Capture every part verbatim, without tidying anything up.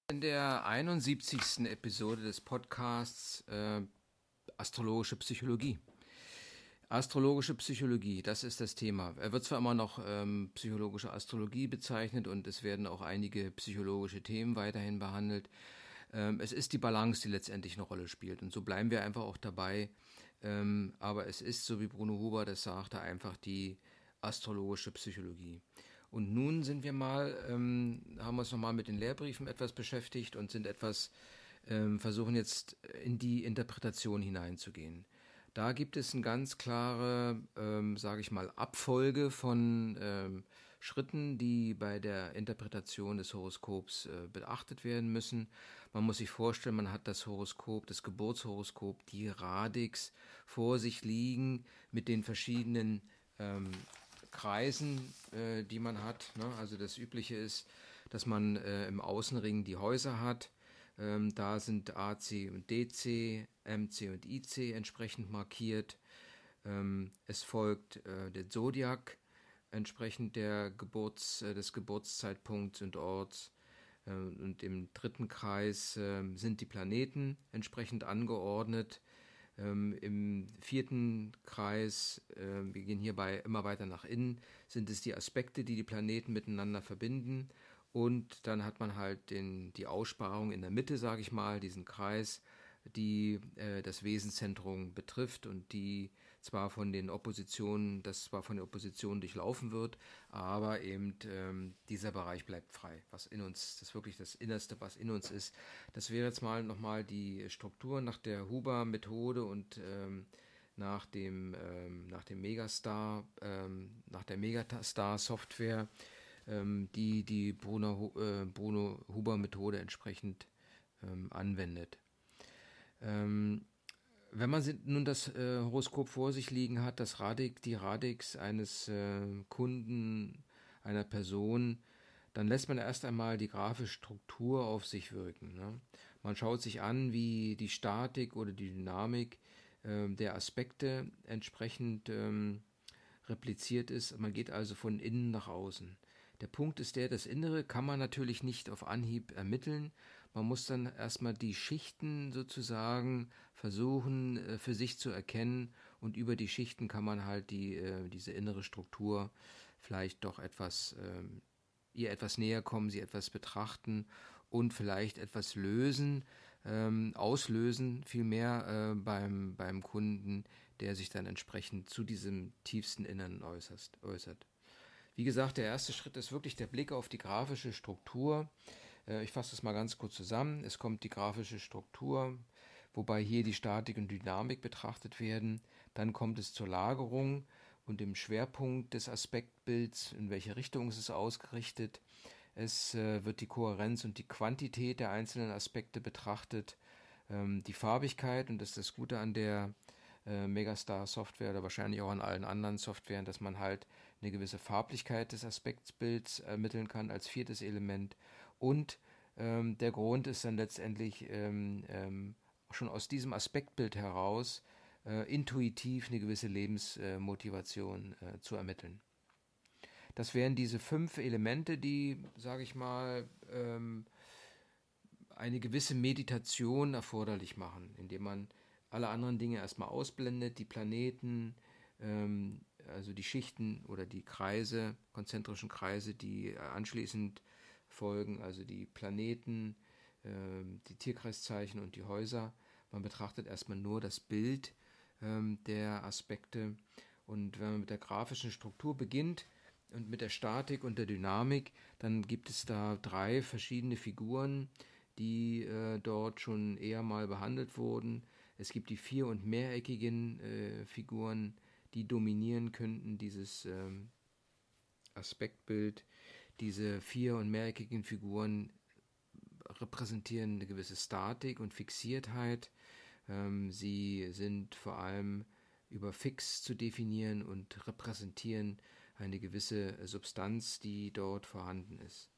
In der einundsiebzigsten Episode des Podcasts äh, Astrologische Psychologie. Astrologische Psychologie, das ist das Thema. Er wird zwar immer noch ähm, psychologische Astrologie bezeichnet und es werden auch einige psychologische Themen weiterhin behandelt. Ähm, es ist die Balance, die letztendlich eine Rolle spielt und so bleiben wir einfach auch dabei. Ähm, aber es ist, so wie Bruno Huber das sagte, einfach die astrologische Psychologie. Und nun sind wir mal, ähm, haben wir uns nochmal mit den Lehrbriefen etwas beschäftigt und sind etwas, ähm, versuchen jetzt in die Interpretation hineinzugehen. Da gibt es eine ganz klare, ähm, sage ich mal, Abfolge von ähm, Schritten, die bei der Interpretation des Horoskops äh, beachtet werden müssen. Man muss sich vorstellen, man hat das Horoskop, das Geburtshoroskop, die Radix vor sich liegen mit den verschiedenen ähm, Kreisen, äh, die man hat. Ne? Also das Übliche ist, dass man äh, im Außenring die Häuser hat. Ähm, da sind A C und D C, M C und I C entsprechend markiert. Ähm, es folgt äh, der Zodiac entsprechend der Geburts, äh, des Geburtszeitpunkts und Orts. Äh, und im dritten Kreis äh, sind die Planeten entsprechend angeordnet. Ähm, Im vierten Kreis, äh, wir gehen hierbei immer weiter nach innen, sind es die Aspekte, die die Planeten miteinander verbinden. Und dann hat man halt den, die Aussparung in der Mitte, sage ich mal, diesen Kreis, die äh, das Wesenszentrum betrifft und die zwar von den Oppositionen, das zwar von der Opposition durchlaufen wird, aber eben ähm, dieser Bereich bleibt frei, was in uns, das wirklich das Innerste, was in uns ist. Das wäre jetzt mal nochmal die Struktur nach der Huber-Methode und ähm, nach dem, ähm, nach dem Megastar, ähm, nach der Megastar-Software, ähm, die die Bruno, äh, Bruno Huber-Methode entsprechend ähm, anwendet. Ähm, Wenn man nun das äh, Horoskop vor sich liegen hat, das Radix, die Radix eines äh, Kunden, einer Person, dann lässt man erst einmal die grafische Struktur auf sich wirken. Ne? Man schaut sich an, wie die Statik oder die Dynamik äh, der Aspekte entsprechend ähm, repliziert ist. Man geht also von innen nach außen. Der Punkt ist der, das Innere kann man natürlich nicht auf Anhieb ermitteln. Man muss dann erstmal die Schichten sozusagen versuchen äh, für sich zu erkennen und über die Schichten kann man halt die, äh, diese innere Struktur vielleicht doch etwas, ähm, ihr etwas näher kommen, sie etwas betrachten und vielleicht etwas lösen, ähm, auslösen vielmehr äh, beim, beim Kunden, der sich dann entsprechend zu diesem tiefsten Innern äußerst, äußert. Wie gesagt, der erste Schritt ist wirklich der Blick auf die grafische Struktur. Äh, ich fasse das mal ganz kurz zusammen. Es kommt die grafische Struktur, wobei hier die Statik und Dynamik betrachtet werden. Dann kommt es zur Lagerung und dem Schwerpunkt des Aspektbilds, in welche Richtung ist es ausgerichtet. Es äh, wird die Kohärenz und die Quantität der einzelnen Aspekte betrachtet. Ähm, die Farbigkeit, und das ist das Gute an der äh, Megastar-Software oder wahrscheinlich auch an allen anderen Softwaren, dass man halt eine gewisse Farblichkeit des Aspektbilds ermitteln kann als viertes Element. Und ähm, der Grund ist dann letztendlich ähm, ähm, schon aus diesem Aspektbild heraus äh, intuitiv eine gewisse Lebensmotivation äh, zu ermitteln. Das wären diese fünf Elemente, die, sage ich mal, ähm, eine gewisse Meditation erforderlich machen, indem man alle anderen Dinge erstmal ausblendet, die Planeten, ähm, also die Schichten oder die Kreise, konzentrischen Kreise, die anschließend folgen, also die Planeten, ähm, die Tierkreiszeichen und die Häuser. Man betrachtet erstmal nur das Bild ähm, der Aspekte und wenn man mit der grafischen Struktur beginnt und mit der Statik und der Dynamik, dann gibt es da drei verschiedene Figuren, die äh, dort schon eher mal behandelt wurden. Es gibt die vier- und mehreckigen äh, Figuren, die dominieren könnten dieses ähm, Aspektbild. Diese vier- und mehreckigen Figuren repräsentieren eine gewisse Statik und Fixiertheit. Ähm, sie sind vor allem über fix zu definieren und repräsentieren eine gewisse Substanz, die dort vorhanden ist.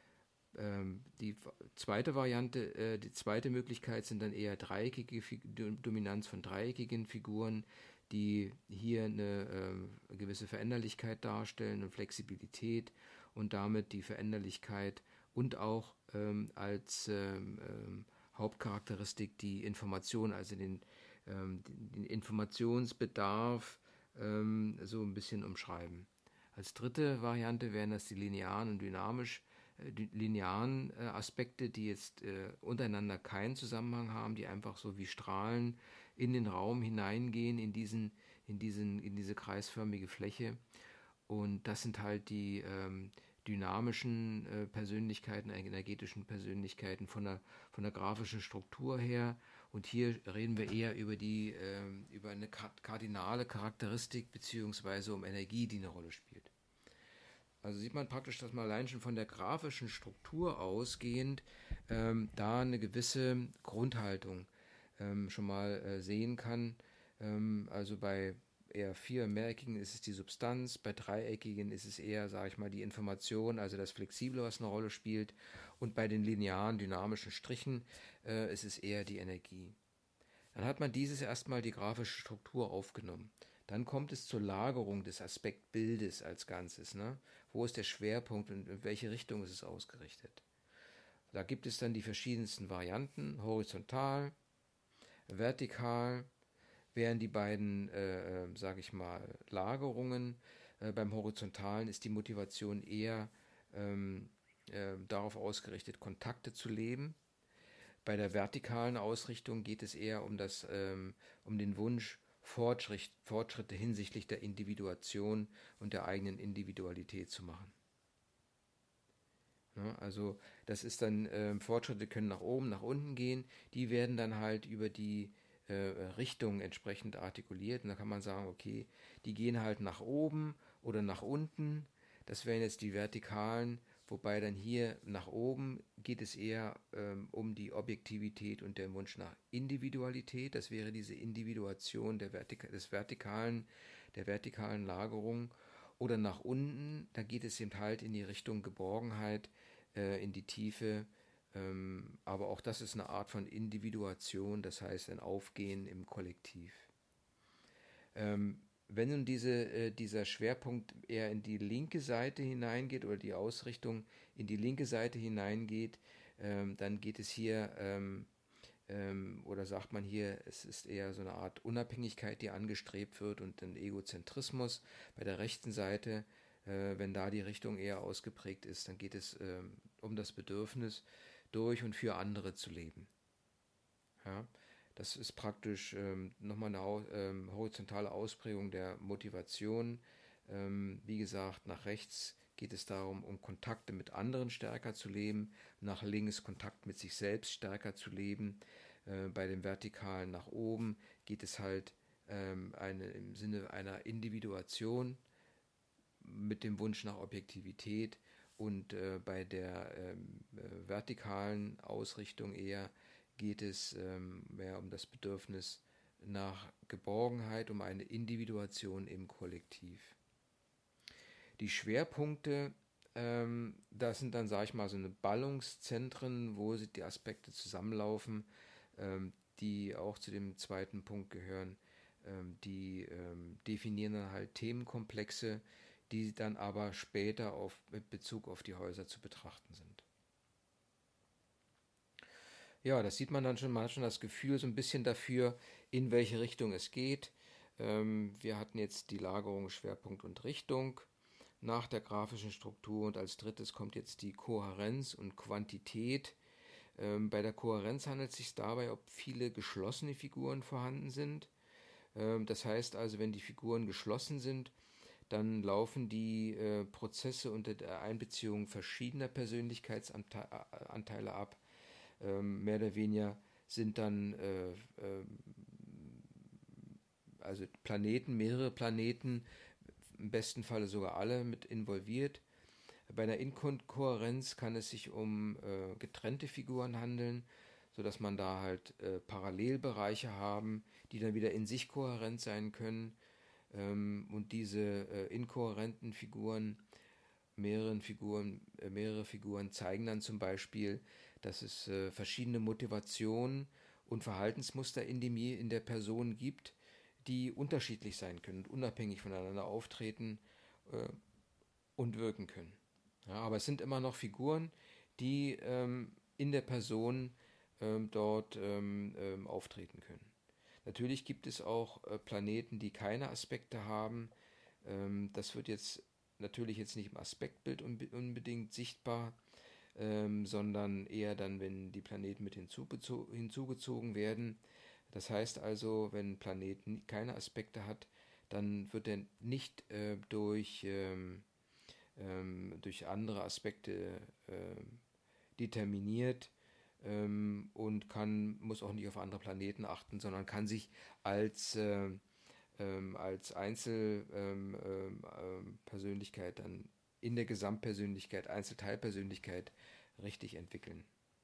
Ähm, die zweite Variante, äh, die zweite Möglichkeit sind dann eher dreieckige Fig Dominanz von dreieckigen Figuren, die hier eine äh, gewisse Veränderlichkeit darstellen und Flexibilität und damit die Veränderlichkeit und auch ähm, als ähm, ähm, Hauptcharakteristik die Information, also den, ähm, den Informationsbedarf ähm, so ein bisschen umschreiben. Als dritte Variante wären das die linearen und dynamisch äh, die linearen äh, Aspekte, die jetzt äh, untereinander keinen Zusammenhang haben, die einfach so wie Strahlen in den Raum hineingehen, in diesen, in diesen, in diese kreisförmige Fläche. Und das sind halt die ähm, dynamischen äh, Persönlichkeiten, energetischen Persönlichkeiten von der, von der grafischen Struktur her. Und hier reden wir eher über die ähm, über eine kardinale Charakteristik beziehungsweise um Energie, die eine Rolle spielt. Also sieht man praktisch, dass man allein schon von der grafischen Struktur ausgehend ähm, da eine gewisse Grundhaltung ähm, schon mal äh, sehen kann. Ähm, also bei eher vier mehreckigen ist es die Substanz, bei dreieckigen ist es eher, sage ich mal, die Information, also das Flexible, was eine Rolle spielt. Und bei den linearen, dynamischen Strichen äh, ist es eher die Energie. Dann hat man dieses erstmal die grafische Struktur aufgenommen. Dann kommt es zur Lagerung des Aspektbildes als Ganzes. Ne? Wo ist der Schwerpunkt und in welche Richtung ist es ausgerichtet? Da gibt es dann die verschiedensten Varianten, horizontal, vertikal, wären die beiden, äh, äh, sage ich mal, Lagerungen. Äh, beim Horizontalen ist die Motivation eher ähm, äh, darauf ausgerichtet, Kontakte zu leben. Bei der vertikalen Ausrichtung geht es eher um, das, ähm, um den Wunsch, Fortschritt, Fortschritte hinsichtlich der Individuation und der eigenen Individualität zu machen. Ja, also das ist dann, ähm, Fortschritte können nach oben, nach unten gehen, die werden dann halt über die äh, Richtung entsprechend artikuliert und da kann man sagen, okay, die gehen halt nach oben oder nach unten, das wären jetzt die vertikalen, wobei dann hier nach oben geht es eher ähm, um die Objektivität und den Wunsch nach Individualität. Das wäre diese Individuation der Vertika des vertikalen, der vertikalen Lagerung. Oder nach unten, da geht es eben halt in die Richtung Geborgenheit, äh, in die Tiefe. Ähm, aber auch das ist eine Art von Individuation, das heißt ein Aufgehen im Kollektiv. Ähm, Wenn nun diese, äh, dieser Schwerpunkt eher in die linke Seite hineingeht oder die Ausrichtung in die linke Seite hineingeht, ähm, dann geht es hier, ähm, ähm, oder sagt man hier, es ist eher so eine Art Unabhängigkeit, die angestrebt wird und ein Egozentrismus. Bei der rechten Seite, äh, wenn da die Richtung eher ausgeprägt ist, dann geht es ähm, um das Bedürfnis, durch und für andere zu leben. Ja? Das ist praktisch ähm, nochmal eine ähm, horizontale Ausprägung der Motivation. Ähm, wie gesagt, nach rechts geht es darum, um Kontakte mit anderen stärker zu leben, nach links Kontakt mit sich selbst stärker zu leben. Äh, bei dem Vertikalen nach oben geht es halt ähm, eine, im Sinne einer Individuation mit dem Wunsch nach Objektivität und äh, bei der ähm, äh, vertikalen Ausrichtung eher geht es ähm, mehr um das Bedürfnis nach Geborgenheit, um eine Individuation im Kollektiv. Die Schwerpunkte, ähm, das sind dann, sage ich mal, so eine Ballungszentren, wo die Aspekte zusammenlaufen, ähm, die auch zu dem zweiten Punkt gehören. Ähm, die ähm, definieren dann halt Themenkomplexe, die dann aber später auf, mit Bezug auf die Häuser zu betrachten sind. Ja, das sieht man dann schon, man hat schon das Gefühl so ein bisschen dafür, in welche Richtung es geht. Ähm, wir hatten jetzt die Lagerung, Schwerpunkt und Richtung nach der grafischen Struktur und als drittes kommt jetzt die Kohärenz und Quantität. Ähm, bei der Kohärenz handelt es sich dabei, ob viele geschlossene Figuren vorhanden sind. Ähm, das heißt also, wenn die Figuren geschlossen sind, dann laufen die äh, Prozesse unter der Einbeziehung verschiedener Persönlichkeitsanteile ab. Ähm, mehr oder weniger sind dann äh, äh, also Planeten, mehrere Planeten, im besten Falle sogar alle mit involviert. Bei einer Inkohärenz kann es sich um äh, getrennte Figuren handeln, sodass man da halt äh, Parallelbereiche haben, die dann wieder in sich kohärent sein können. Ähm, und diese äh, inkohärenten Figuren, mehreren Figuren, äh, mehrere Figuren zeigen dann zum Beispiel, dass es äh, verschiedene Motivationen und Verhaltensmuster in, die, in der Person gibt, die unterschiedlich sein können und unabhängig voneinander auftreten äh, und wirken können. Ja, aber es sind immer noch Figuren, die ähm, in der Person ähm, dort ähm, ähm, auftreten können. Natürlich gibt es auch äh, Planeten, die keine Aspekte haben. Ähm, das wird jetzt natürlich jetzt nicht im Aspektbild unbe unbedingt sichtbar, ähm, sondern eher dann, wenn die Planeten mit hinzugezo hinzugezogen werden. Das heißt also, wenn ein Planet keine Aspekte hat, dann wird er nicht äh, durch, ähm, ähm, durch andere Aspekte äh, determiniert ähm, und kann, muss auch nicht auf andere Planeten achten, sondern kann sich als, äh, ähm, als Einzelpersönlichkeit ähm, ähm, dann in der Gesamtpersönlichkeit, Einzelteilpersönlichkeit richtig entwickeln.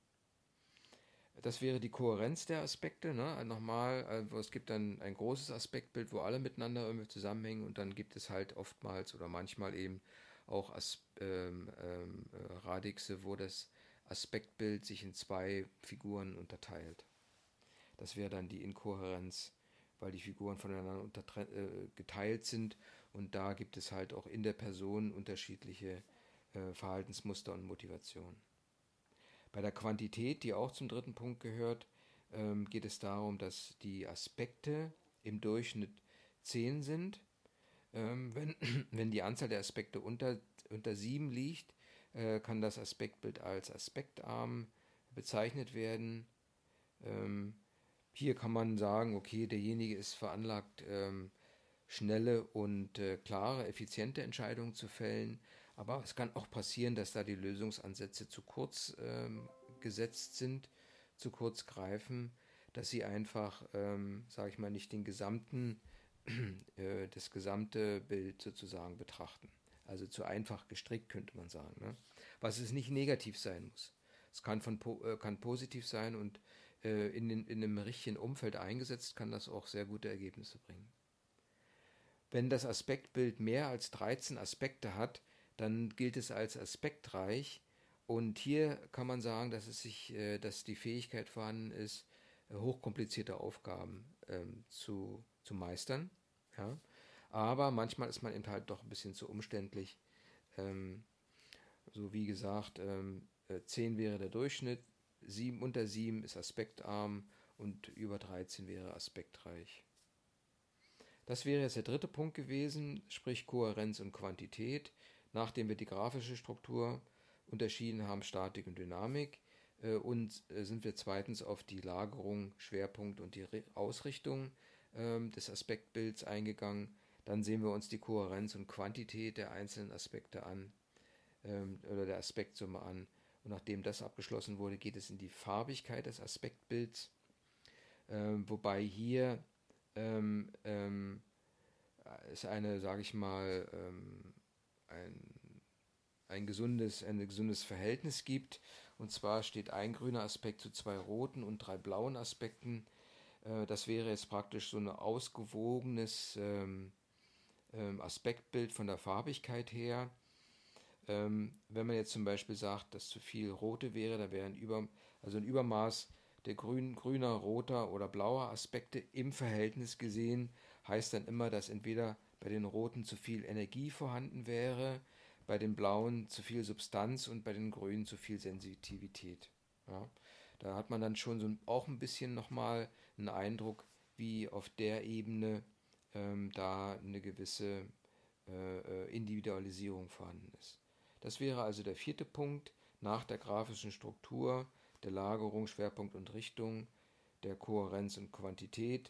Das wäre die Kohärenz der Aspekte. Ne? Nochmal, also es gibt dann ein großes Aspektbild, wo alle miteinander irgendwie zusammenhängen und dann gibt es halt oftmals oder manchmal eben auch As ähm, ähm, äh, Radixe, wo das Aspektbild sich in zwei Figuren unterteilt. Das wäre dann die Inkohärenz, weil die Figuren voneinander äh, geteilt sind und da gibt es halt auch in der Person unterschiedliche äh, Verhaltensmuster und Motivationen. Bei der Quantität, die auch zum dritten Punkt gehört, ähm, geht es darum, dass die Aspekte im Durchschnitt zehn sind. Ähm, wenn, wenn die Anzahl der Aspekte unter, unter sieben liegt, äh, kann das Aspektbild als aspektarm bezeichnet werden. Ähm, hier kann man sagen, okay, derjenige ist veranlagt, ähm, schnelle und äh, klare, effiziente Entscheidungen zu fällen. Aber es kann auch passieren, dass da die Lösungsansätze zu kurz ähm, gesetzt sind, zu kurz greifen, dass sie einfach, ähm, sage ich mal, nicht den gesamten, äh, das gesamte Bild sozusagen betrachten. Also zu einfach gestrickt, könnte man sagen. Ne? Was es nicht negativ sein muss. Es kann, von, äh, kann positiv sein und äh, in, den, in einem richtigen Umfeld eingesetzt, kann das auch sehr gute Ergebnisse bringen. Wenn das Aspektbild mehr als dreizehn Aspekte hat, dann gilt es als aspektreich. Und hier kann man sagen, dass es sich, äh, dass die Fähigkeit vorhanden ist, äh, hochkomplizierte Aufgaben ähm, zu, zu meistern. Ja? Aber manchmal ist man eben halt doch ein bisschen zu umständlich. Ähm, so wie gesagt, ähm, äh, zehn wäre der Durchschnitt, sieben unter sieben ist aspektarm und über dreizehn wäre aspektreich. Das wäre jetzt der dritte Punkt gewesen, sprich Kohärenz und Quantität, nachdem wir die grafische Struktur unterschieden haben, Statik und Dynamik. Äh, und äh, sind wir zweitens auf die Lagerung, Schwerpunkt und die Re Ausrichtung ähm, des Aspektbilds eingegangen. Dann sehen wir uns die Kohärenz und Quantität der einzelnen Aspekte an ähm, oder der Aspektsumme an. Und nachdem das abgeschlossen wurde, geht es in die Farbigkeit des Aspektbilds, ähm, wobei hier ähm, ähm, es eine, sage ich mal, ähm, ein, ein, gesundes, ein gesundes Verhältnis gibt. Und zwar steht ein grüner Aspekt zu zwei roten und drei blauen Aspekten. Äh, das wäre jetzt praktisch so ein ausgewogenes ähm, ähm, Aspektbild von der Farbigkeit her. Ähm, wenn man jetzt zum Beispiel sagt, dass zu viel rote wäre, da wäre ein, Über, also ein Übermaß der grün, grüner, roter oder blauer Aspekte im Verhältnis gesehen, heißt dann immer, dass entweder bei den roten zu viel Energie vorhanden wäre, bei den blauen zu viel Substanz und bei den grünen zu viel Sensitivität. Ja, da hat man dann schon so auch ein bisschen nochmal einen Eindruck, wie auf der Ebene ähm, da eine gewisse äh, Individualisierung vorhanden ist. Das wäre also der vierte Punkt nach der grafischen Struktur, der Lagerung, Schwerpunkt und Richtung, der Kohärenz und Quantität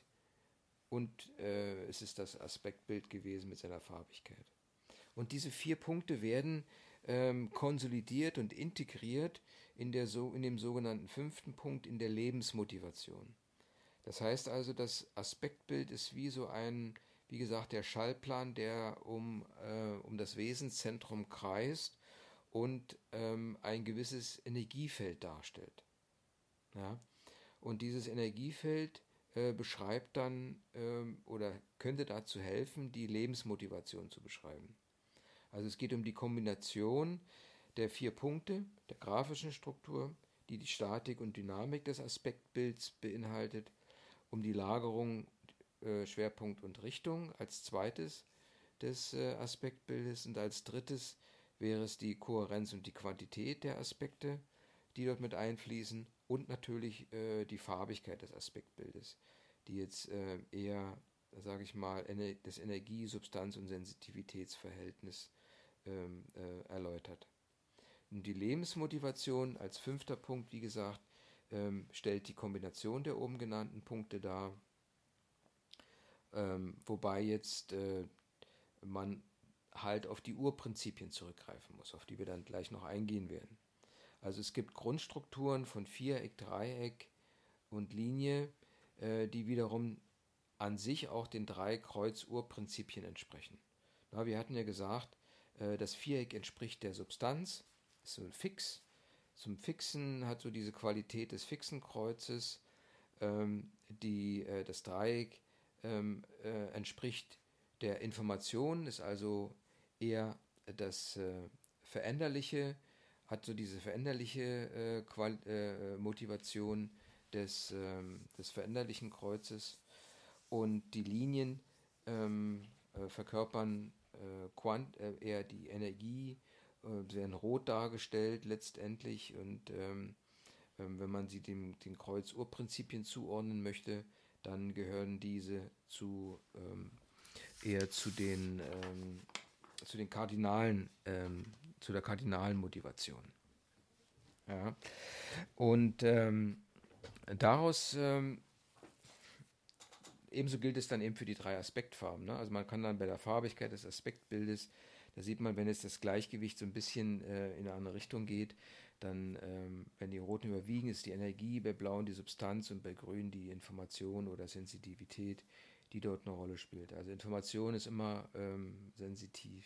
und äh, es ist das Aspektbild gewesen mit seiner Farbigkeit. Und diese vier Punkte werden ähm, konsolidiert und integriert in, der so, in dem sogenannten fünften Punkt in der Lebensmotivation. Das heißt also, das Aspektbild ist wie so ein, wie gesagt, der Schallplan, der um, äh, um das Wesenszentrum kreist und ähm, ein gewisses Energiefeld darstellt. Ja? Und dieses Energiefeld äh, beschreibt dann ähm, oder könnte dazu helfen, die Lebensmotivation zu beschreiben. Also es geht um die Kombination der vier Punkte der grafischen Struktur, die die Statik und Dynamik des Aspektbilds beinhaltet, um die Lagerung, äh, Schwerpunkt und Richtung als zweites des äh, Aspektbildes und als drittes wäre es die Kohärenz und die Quantität der Aspekte die dort mit einfließen und natürlich äh, die Farbigkeit des Aspektbildes, die jetzt äh, eher, sage ich mal, ener das Energie-, Substanz- und Sensitivitätsverhältnis ähm, äh, erläutert. Und die Lebensmotivation als fünfter Punkt, wie gesagt, ähm, stellt die Kombination der oben genannten Punkte dar, ähm, wobei jetzt äh, man halt auf die Urprinzipien zurückgreifen muss, auf die wir dann gleich noch eingehen werden. Also es gibt Grundstrukturen von Viereck, Dreieck und Linie, äh, die wiederum an sich auch den drei Kreuz-Urprinzipien entsprechen. Na, wir hatten ja gesagt, äh, das Viereck entspricht der Substanz, ist so fix. Zum Fixen hat so diese Qualität des fixen Kreuzes. Ähm, die, äh, das Dreieck ähm, äh, entspricht der Information, ist also eher das äh, Veränderliche, hat so diese veränderliche äh, Qual äh, Motivation des, ähm, des veränderlichen Kreuzes, und die Linien ähm, äh, verkörpern äh, Quant äh, eher die Energie, äh, werden rot dargestellt letztendlich, und ähm, ähm, wenn man sie dem, den Kreuz-Urprinzipien zuordnen möchte, dann gehören diese zu ähm, eher zu den ähm, zu den Kardinalen, ähm, zu der kardinalen Motivation. Ja. Und ähm, daraus ähm, ebenso gilt es dann eben für die drei Aspektfarben. Ne? Also man kann dann bei der Farbigkeit des Aspektbildes, da sieht man, wenn jetzt das Gleichgewicht so ein bisschen äh, in eine andere Richtung geht, dann, ähm, wenn die roten überwiegen, ist die Energie, bei blauen die Substanz und bei grün die Information oder Sensitivität, die dort eine Rolle spielt. Also Information ist immer ähm, sensitiv.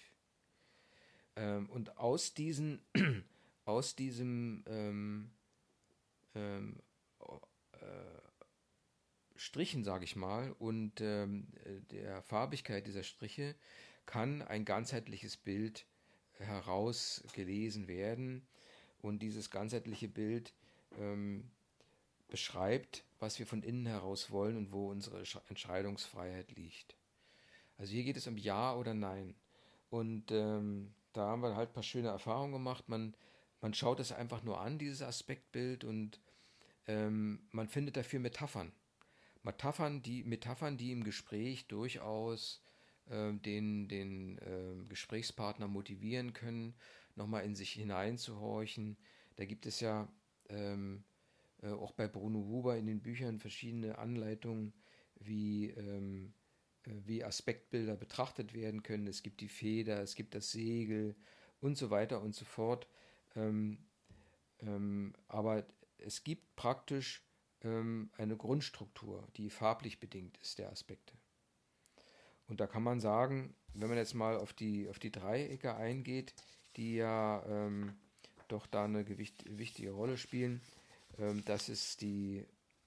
Ähm, und aus diesen, aus diesem ähm, ähm, äh, Strichen, sage ich mal, und ähm, der Farbigkeit dieser Striche kann ein ganzheitliches Bild herausgelesen werden. Und dieses ganzheitliche Bild ähm, beschreibt, was wir von innen heraus wollen und wo unsere Entscheidungsfreiheit liegt. Also hier geht es um Ja oder Nein. Und ähm, da haben wir halt ein paar schöne Erfahrungen gemacht. Man, man schaut es einfach nur an, dieses Aspektbild, und ähm, man findet dafür Metaphern. Metaphern, die, Metaphern, die im Gespräch durchaus äh, den, den äh, Gesprächspartner motivieren können, nochmal in sich hineinzuhorchen. Da gibt es ja ähm, äh, auch bei Bruno Huber in den Büchern verschiedene Anleitungen, wie, ähm, äh, wie Aspektbilder betrachtet werden können. Es gibt die Feder, es gibt das Segel und so weiter und so fort. Ähm, ähm, aber es gibt praktisch ähm, eine Grundstruktur, die farblich bedingt ist, der Aspekte. Und da kann man sagen, wenn man jetzt mal auf die, auf die Dreiecke eingeht, die ja ähm, doch da eine gewicht, wichtige Rolle spielen, ähm, das ist die,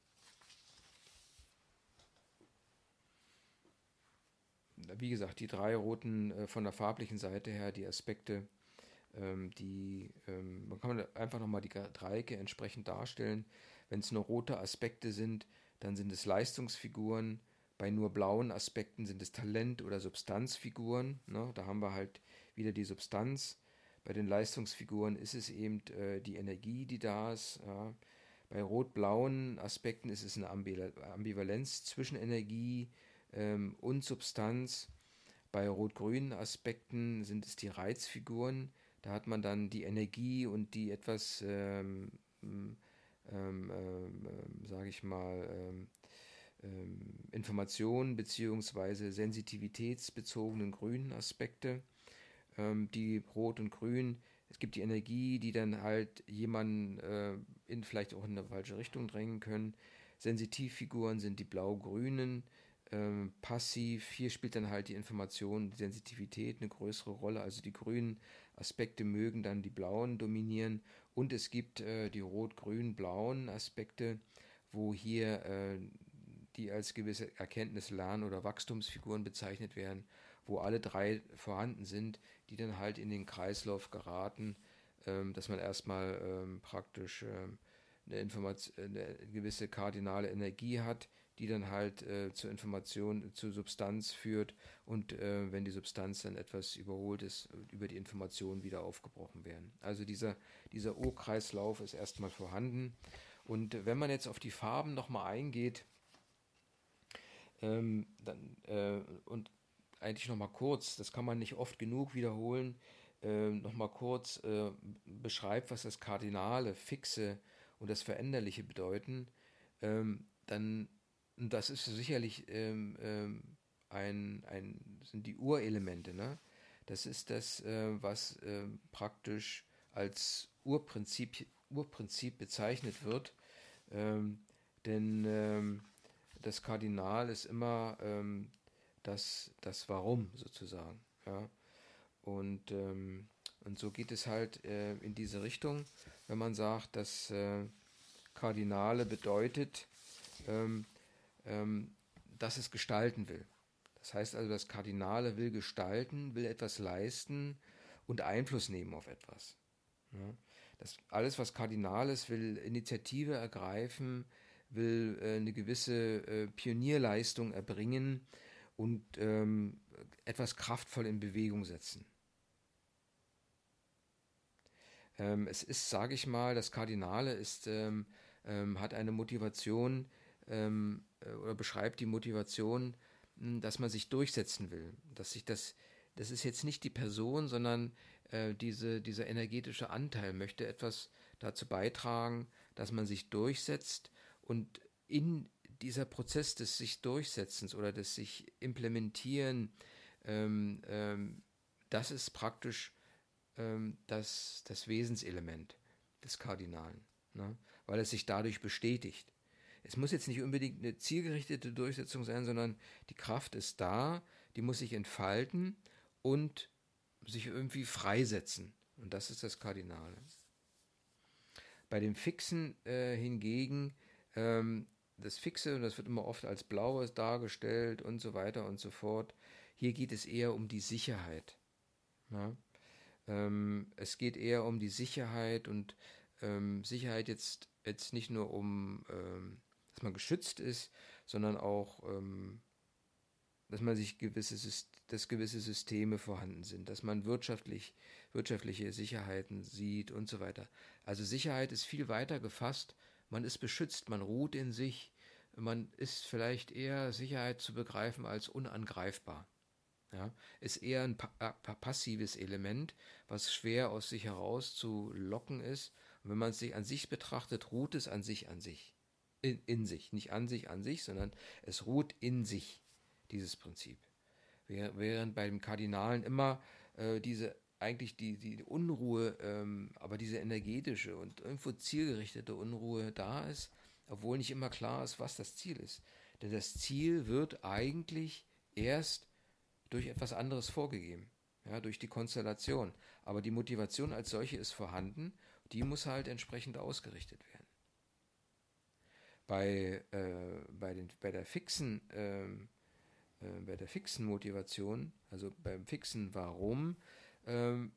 wie gesagt, die drei roten äh, von der farblichen Seite her, die Aspekte, ähm, die, ähm, man kann einfach nochmal die Dreiecke entsprechend darstellen. Wenn es nur rote Aspekte sind, dann sind es Leistungsfiguren. Bei nur blauen Aspekten sind es Talent- oder Substanzfiguren. Ne? Da haben wir halt wieder die Substanz. Bei den Leistungsfiguren ist es eben äh, die Energie, die da ist. Ja. Bei rot-blauen Aspekten ist es eine Ambivalenz zwischen Energie ähm, und Substanz. Bei rot-grünen Aspekten sind es die Reizfiguren. Da hat man dann die Energie und die etwas, ähm, ähm, ähm, ähm, sage ich mal, ähm, ähm, Informationen bzw. sensitivitätsbezogenen grünen Aspekte. Ähm, die Rot und Grün, es gibt die Energie, die dann halt jemanden äh, in vielleicht auch in eine falsche Richtung drängen können. Sensitivfiguren sind die blau-grünen. Ähm, passiv, hier spielt dann halt die Information, die Sensitivität eine größere Rolle. Also die grünen Aspekte mögen dann die blauen dominieren. Und es gibt äh, die rot-grün-blauen Aspekte, wo hier äh, die als gewisse Erkenntnis-, Lern- oder Wachstumsfiguren bezeichnet werden, wo alle drei vorhanden sind, die dann halt in den Kreislauf geraten, ähm, dass man erstmal ähm, praktisch ähm, eine, Information, eine gewisse kardinale Energie hat, die dann halt äh, zur Information, zur Substanz führt und äh, wenn die Substanz dann etwas überholt ist, über die Information wieder aufgebrochen werden. Also dieser, dieser Urkreislauf ist erstmal vorhanden. Und wenn man jetzt auf die Farben nochmal eingeht, ähm, dann, äh, und eigentlich nochmal kurz, das kann man nicht oft genug wiederholen, äh, nochmal kurz äh, beschreibt, was das Kardinale, Fixe und das Veränderliche bedeuten, ähm, dann, das ist sicherlich ähm, ähm, ein, ein, sind die Urelemente, ne? Das ist das, äh, was äh, praktisch als Urprinzip, Urprinzip bezeichnet wird, ähm, denn ähm, das Kardinal ist immer ähm, das, das Warum sozusagen. Ja? Und, ähm, und so geht es halt äh, in diese Richtung, wenn man sagt, dass äh, Kardinale bedeutet, ähm, ähm, dass es gestalten will. Das heißt also, das Kardinale will gestalten, will etwas leisten und Einfluss nehmen auf etwas. Ja? Das, alles, was Kardinal ist, will Initiative ergreifen, will äh, eine gewisse äh, Pionierleistung erbringen und ähm, etwas kraftvoll in Bewegung setzen. Ähm, es ist, sage ich mal, das Kardinale ist, ähm, ähm, hat eine Motivation ähm, äh, oder beschreibt die Motivation, mh, dass man sich durchsetzen will. Dass sich das, das ist jetzt nicht die Person, sondern äh, diese, dieser energetische Anteil möchte etwas dazu beitragen, dass man sich durchsetzt und in dieser Prozess des sich Durchsetzens oder des sich Implementieren, ähm, ähm, das ist praktisch ähm, das, das Wesenselement des Kardinalen, ne? Weil es sich dadurch bestätigt. Es muss jetzt nicht unbedingt eine zielgerichtete Durchsetzung sein, sondern die Kraft ist da, die muss sich entfalten und sich irgendwie freisetzen. Und das ist das Kardinale. Bei dem Fixen äh, hingegen, ähm, das Fixe, und das wird immer oft als Blaues dargestellt und so weiter und so fort, hier geht es eher um die Sicherheit. Ja? Ähm, es geht eher um die Sicherheit und ähm, Sicherheit jetzt, jetzt nicht nur um, ähm, dass man geschützt ist, sondern auch, ähm, dass man sich gewisse, dass gewisse Systeme vorhanden sind, dass man wirtschaftlich, wirtschaftliche Sicherheiten sieht und so weiter. Also Sicherheit ist viel weiter gefasst. Man ist beschützt, man ruht in sich, man ist vielleicht eher Sicherheit zu begreifen als unangreifbar. Ja, ist eher ein pa pa passives Element, was schwer aus sich heraus zu locken ist. Und wenn man es sich an sich betrachtet, ruht es an sich an sich. In, in sich. Nicht an sich an sich, sondern es ruht in sich, dieses Prinzip. Während bei dem Kardinalen immer äh, diese eigentlich die, die Unruhe, ähm, aber diese energetische und irgendwo zielgerichtete Unruhe da ist, obwohl nicht immer klar ist, was das Ziel ist. Denn das Ziel wird eigentlich erst durch etwas anderes vorgegeben, ja, durch die Konstellation. Aber die Motivation als solche ist vorhanden, die muss halt entsprechend ausgerichtet werden. Bei, äh, bei, den, bei, der fixen, ähm, äh, bei der fixen Motivation, also beim fixen Warum, ähm,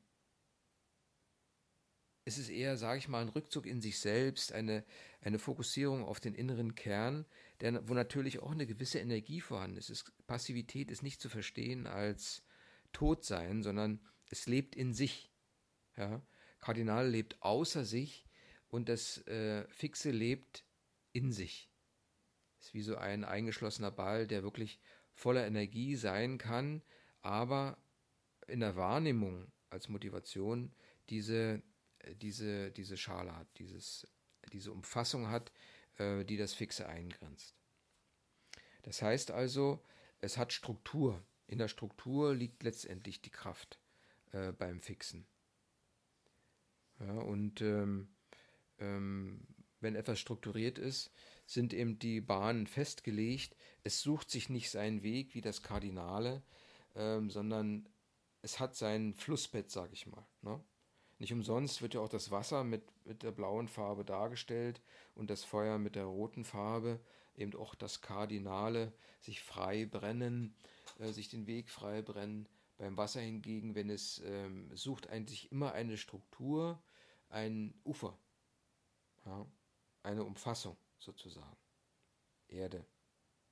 ist es eher, sage ich mal, ein Rückzug in sich selbst, eine, eine Fokussierung auf den inneren Kern, der, wo natürlich auch eine gewisse Energie vorhanden ist. Es, Passivität ist nicht zu verstehen als Todsein, sondern es lebt in sich. Ja? Kardinal lebt außer sich und das äh, Fixe lebt in sich. Es ist wie so ein eingeschlossener Ball, der wirklich voller Energie sein kann, aber in der Wahrnehmung als Motivation diese diese, diese Schale hat, dieses, diese Umfassung hat, äh, die das Fixe eingrenzt. Das heißt also, es hat Struktur. In der Struktur liegt letztendlich die Kraft äh, beim Fixen. Ja, und ähm, ähm, wenn etwas strukturiert ist, sind eben die Bahnen festgelegt. Es sucht sich nicht seinen Weg wie das Kardinale, ähm, sondern es hat sein Flussbett, sag ich mal, ne? Nicht umsonst wird ja auch das Wasser mit, mit der blauen Farbe dargestellt und das Feuer mit der roten Farbe, eben auch das Kardinale, sich frei brennen, äh, sich den Weg frei brennen. Beim Wasser hingegen, wenn es ähm, sucht eigentlich immer eine Struktur, ein Ufer, ja, eine Umfassung sozusagen, Erde.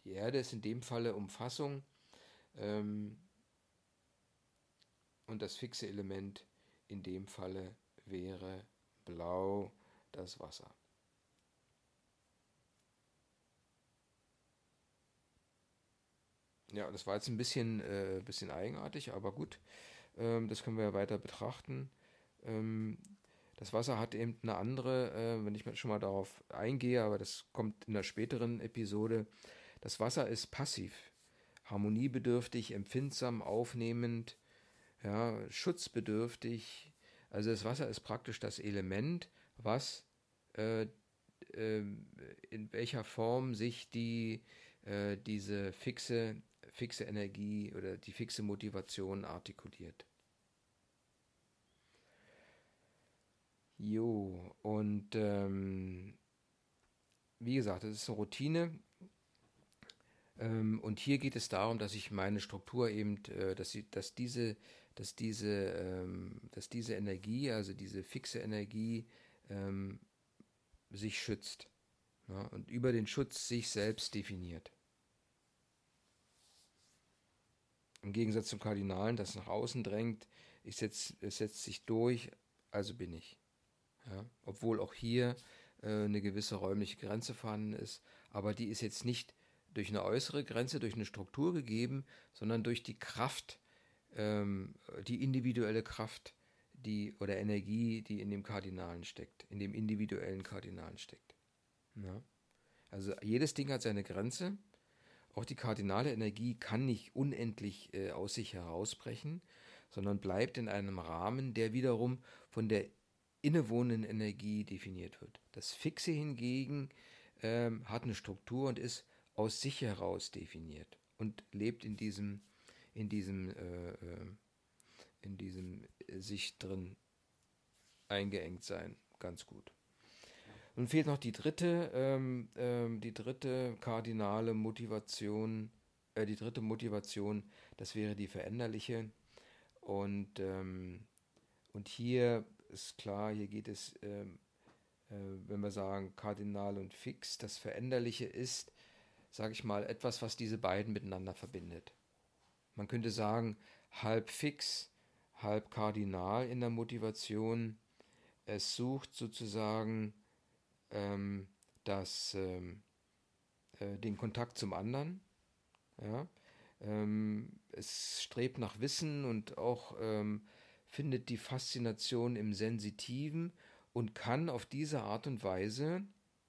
die Erde ist in dem Falle Umfassung ähm, und das fixe Element in dem Falle wäre blau, das Wasser. Ja, das war jetzt ein bisschen, äh, bisschen eigenartig, aber gut, ähm, das können wir ja weiter betrachten. Ähm, das Wasser hat eben eine andere, äh, wenn ich mal schon mal darauf eingehe, aber das kommt in der späteren Episode. Das Wasser ist passiv, harmoniebedürftig, empfindsam, aufnehmend, ja, schutzbedürftig. Also das Wasser ist praktisch das Element, was äh, äh, in welcher Form sich die, äh, diese fixe, fixe Energie oder die fixe Motivation artikuliert. Jo, und ähm, wie gesagt, das ist eine Routine. Ähm, und hier geht es darum, dass ich meine Struktur eben, äh, dass, sie, dass, diese, dass, diese, ähm, dass diese Energie, also diese fixe Energie, ähm, sich schützt, ja, und über den Schutz sich selbst definiert. Im Gegensatz zum Kardinalen, das nach außen drängt, ich setz, es setzt sich durch, also bin ich. Ja, obwohl auch hier äh, eine gewisse räumliche Grenze vorhanden ist, aber die ist jetzt nicht durch eine äußere Grenze, durch eine Struktur gegeben, sondern durch die Kraft, ähm, die individuelle Kraft, die oder Energie, die in dem Kardinalen steckt, in dem individuellen Kardinalen steckt. Ja. Also jedes Ding hat seine Grenze. Auch die kardinale Energie kann nicht unendlich äh, aus sich herausbrechen, sondern bleibt in einem Rahmen, der wiederum von der innewohnenden Energie definiert wird. Das Fixe hingegen ähm, hat eine Struktur und ist aus sich heraus definiert und lebt in diesem, in diesem, äh, äh, in diesem sich drin eingeengt sein ganz gut. Nun fehlt noch die dritte, ähm, ähm, die dritte kardinale Motivation, äh, die dritte Motivation, das wäre die veränderliche. Und, ähm, und hier ist klar, hier geht es, ähm, äh, wenn wir sagen kardinal und fix, das Veränderliche ist, sage ich mal, etwas, was diese beiden miteinander verbindet. Man könnte sagen, halb fix, halb kardinal in der Motivation. Es sucht sozusagen ähm, das, ähm, äh, den Kontakt zum anderen. Ja? Ähm, es strebt nach Wissen und auch ähm, findet die Faszination im Sensitiven und kann auf diese Art und Weise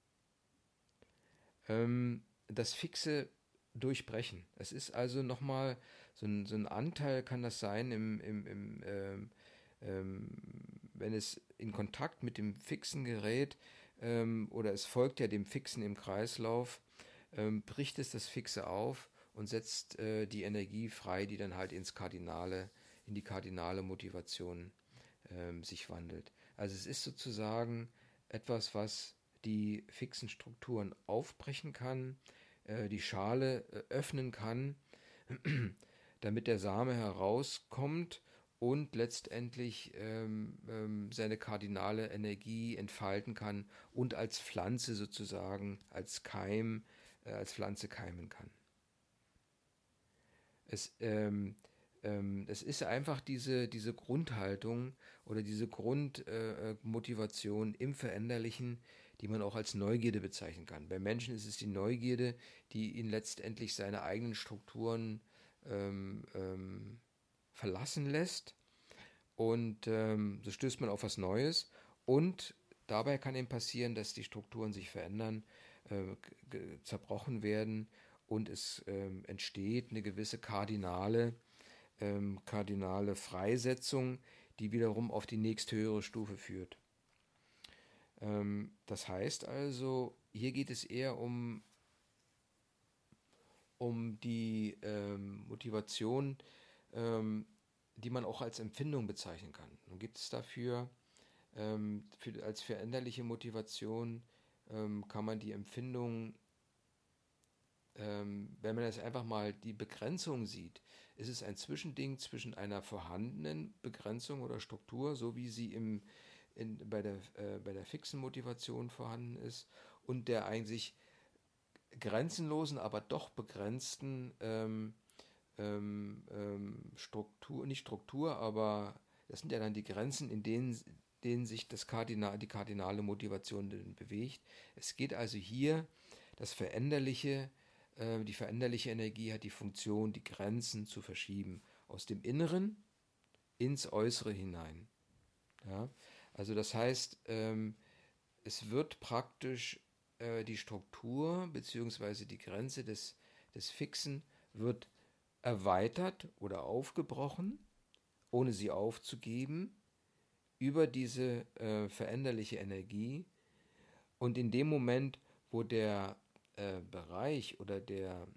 ähm, das Fixe durchbrechen. Es ist also nochmal so ein, so ein Anteil, kann das sein, im, im, im, ähm, ähm, wenn es in Kontakt mit dem Fixen gerät, ähm, oder es folgt ja dem Fixen im Kreislauf, ähm, bricht es das Fixe auf und setzt äh, die Energie frei, die dann halt ins Kardinale, in die kardinale Motivation ähm, sich wandelt. Also es ist sozusagen etwas, was die fixen Strukturen aufbrechen kann, äh, die Schale äh, öffnen kann, damit der Same herauskommt und letztendlich ähm, ähm, seine kardinale Energie entfalten kann und als Pflanze sozusagen, als Keim, äh, als Pflanze keimen kann. Es, ähm, ähm, es ist einfach diese, diese Grundhaltung oder diese Grundmotivation äh, im Veränderlichen, die man auch als Neugierde bezeichnen kann. Bei Menschen ist es die Neugierde, die ihn letztendlich seine eigenen Strukturen ähm, ähm, verlassen lässt. Und ähm, so stößt man auf was Neues. Und dabei kann eben passieren, dass die Strukturen sich verändern, äh, zerbrochen werden und es ähm, entsteht eine gewisse kardinale, ähm, kardinale Freisetzung, die wiederum auf die nächsthöhere Stufe führt. Ähm, das heißt also, hier geht es eher um, um die ähm, Motivation, ähm, die man auch als Empfindung bezeichnen kann. Nun gibt es dafür, ähm, für, als veränderliche Motivation, ähm, kann man die Empfindung, ähm, wenn man jetzt einfach mal die Begrenzung sieht, ist es ein Zwischending zwischen einer vorhandenen Begrenzung oder Struktur, so wie sie im, in, bei, der, äh, bei der fixen Motivation vorhanden ist, und der eigentlich grenzenlosen, aber doch begrenzten ähm, ähm, ähm, Struktur, nicht Struktur, aber das sind ja dann die Grenzen, in denen, denen sich das Kardinal, die kardinale Motivation bewegt. Es geht also hier, das Veränderliche, äh, die veränderliche Energie hat die Funktion, die Grenzen zu verschieben, aus dem Inneren ins Äußere hinein. Ja? Also das heißt, ähm, es wird praktisch äh, die Struktur bzw. die Grenze des, des Fixen wird erweitert oder aufgebrochen, ohne sie aufzugeben, über diese äh, veränderliche Energie. Und in dem Moment, wo der äh, Bereich oder der,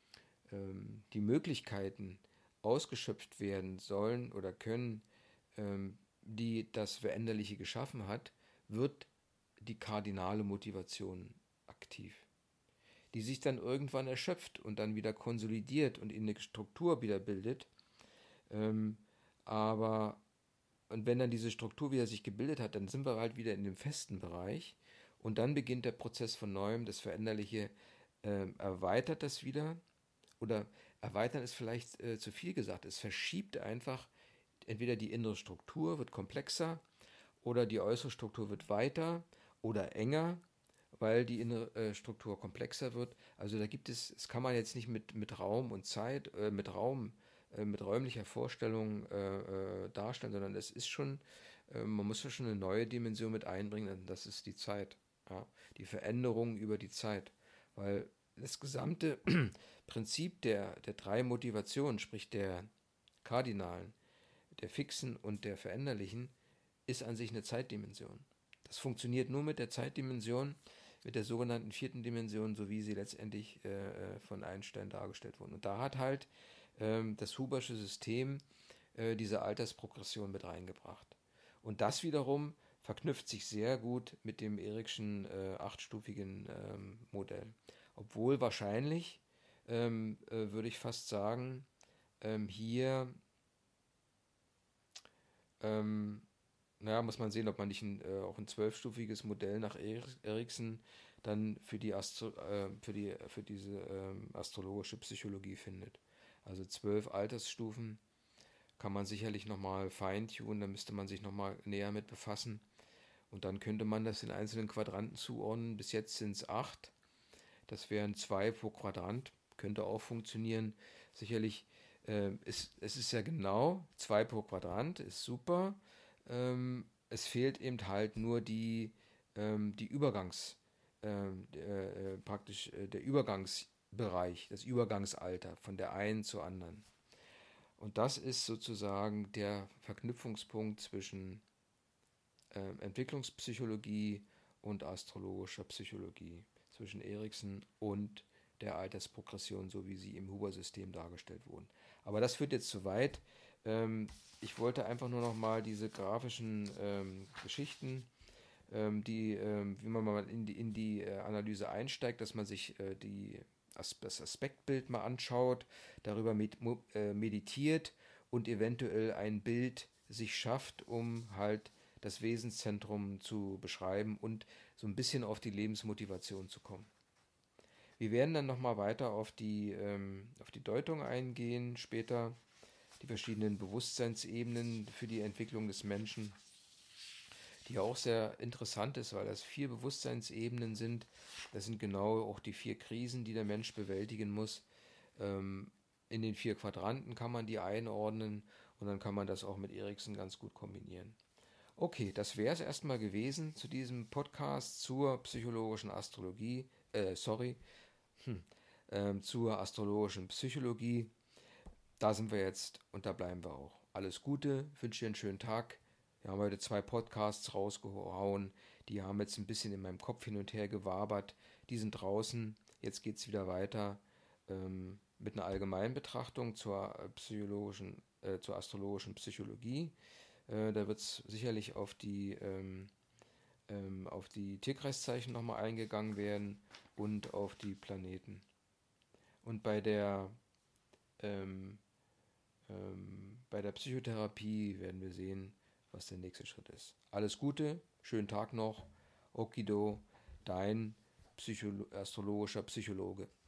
ähm, die Möglichkeiten ausgeschöpft werden sollen oder können, ähm, die das Veränderliche geschaffen hat, wird die kardinale Motivation aktiv, die sich dann irgendwann erschöpft und dann wieder konsolidiert und in eine Struktur wieder bildet. Ähm, aber, und wenn dann diese Struktur wieder sich gebildet hat, dann sind wir halt wieder in dem festen Bereich und dann beginnt der Prozess von Neuem, das Veränderliche äh, erweitert das wieder oder erweitern ist vielleicht äh, zu viel gesagt, es verschiebt einfach entweder die innere Struktur wird komplexer oder die äußere Struktur wird weiter oder enger, weil die innere äh, Struktur komplexer wird. Also da gibt es, das kann man jetzt nicht mit, mit Raum und Zeit, äh, mit Raum, äh, mit räumlicher Vorstellung äh, äh, darstellen, sondern es ist schon, äh, man muss schon eine neue Dimension mit einbringen, und das ist die Zeit. Ja? Die Veränderung über die Zeit. Weil das gesamte Prinzip der, der drei Motivationen, sprich der Kardinalen, der Fixen und der Veränderlichen, ist an sich eine Zeitdimension. Das funktioniert nur mit der Zeitdimension, mit der sogenannten vierten Dimension, so wie sie letztendlich äh, von Einstein dargestellt wurden. Und da hat halt ähm, das Hubersche System äh, diese Altersprogression mit reingebracht. Und das wiederum verknüpft sich sehr gut mit dem Erikschen äh, achtstufigen ähm, Modell. Obwohl wahrscheinlich, ähm, äh, würde ich fast sagen, ähm, hier ähm, naja, muss man sehen, ob man nicht ein, äh, auch ein zwölfstufiges Modell nach Erikson dann für die, Astro äh, für die für diese ähm, astrologische Psychologie findet. Also zwölf Altersstufen kann man sicherlich nochmal feintunen, da müsste man sich nochmal näher mit befassen. Und dann könnte man das in einzelnen Quadranten zuordnen. Bis jetzt sind es acht. Das wären zwei pro Quadrant. Könnte auch funktionieren. Sicherlich, äh, ist, es ist ja genau zwei pro Quadrant, ist super. Ähm, es fehlt eben halt nur die, ähm, die Übergangs, ähm, äh, praktisch äh, der Übergangsbereich, das Übergangsalter von der einen zur anderen. Und das ist sozusagen der Verknüpfungspunkt zwischen äh, Entwicklungspsychologie und astrologischer Psychologie, zwischen Erikson und der Altersprogression, so wie sie im Huber-System dargestellt wurden. Aber das führt jetzt zu weit. Ähm, ich wollte einfach nur noch mal diese grafischen ähm, Geschichten, ähm, die, ähm, wie man mal in die, in die äh, Analyse einsteigt, dass man sich äh, die, das Aspektbild mal anschaut, darüber med äh, meditiert und eventuell ein Bild sich schafft, um halt das Wesenszentrum zu beschreiben und so ein bisschen auf die Lebensmotivation zu kommen. Wir werden dann nochmal weiter auf die, ähm, auf die Deutung eingehen, später die verschiedenen Bewusstseinsebenen für die Entwicklung des Menschen, die auch sehr interessant ist, weil das vier Bewusstseinsebenen sind. Das sind genau auch die vier Krisen, die der Mensch bewältigen muss. Ähm, in den vier Quadranten kann man die einordnen und dann kann man das auch mit Erikson ganz gut kombinieren. Okay, das wäre es erstmal gewesen zu diesem Podcast zur psychologischen Astrologie, äh, sorry, hm, ähm, zur astrologischen Psychologie. Da sind wir jetzt und da bleiben wir auch. Alles Gute, wünsche dir einen schönen Tag. Wir haben heute zwei Podcasts rausgehauen, die haben jetzt ein bisschen in meinem Kopf hin und her gewabert. Die sind draußen, jetzt geht es wieder weiter ähm, mit einer allgemeinen Betrachtung zur psychologischen, äh, zur astrologischen Psychologie. Äh, da wird es sicherlich auf die, ähm, ähm, auf die Tierkreiszeichen nochmal eingegangen werden und auf die Planeten. Und bei der, ähm, ähm, bei der Psychotherapie werden wir sehen, was der nächste Schritt ist. Alles Gute, schönen Tag noch. Okido, dein Psycholo astrologischer Psychologe.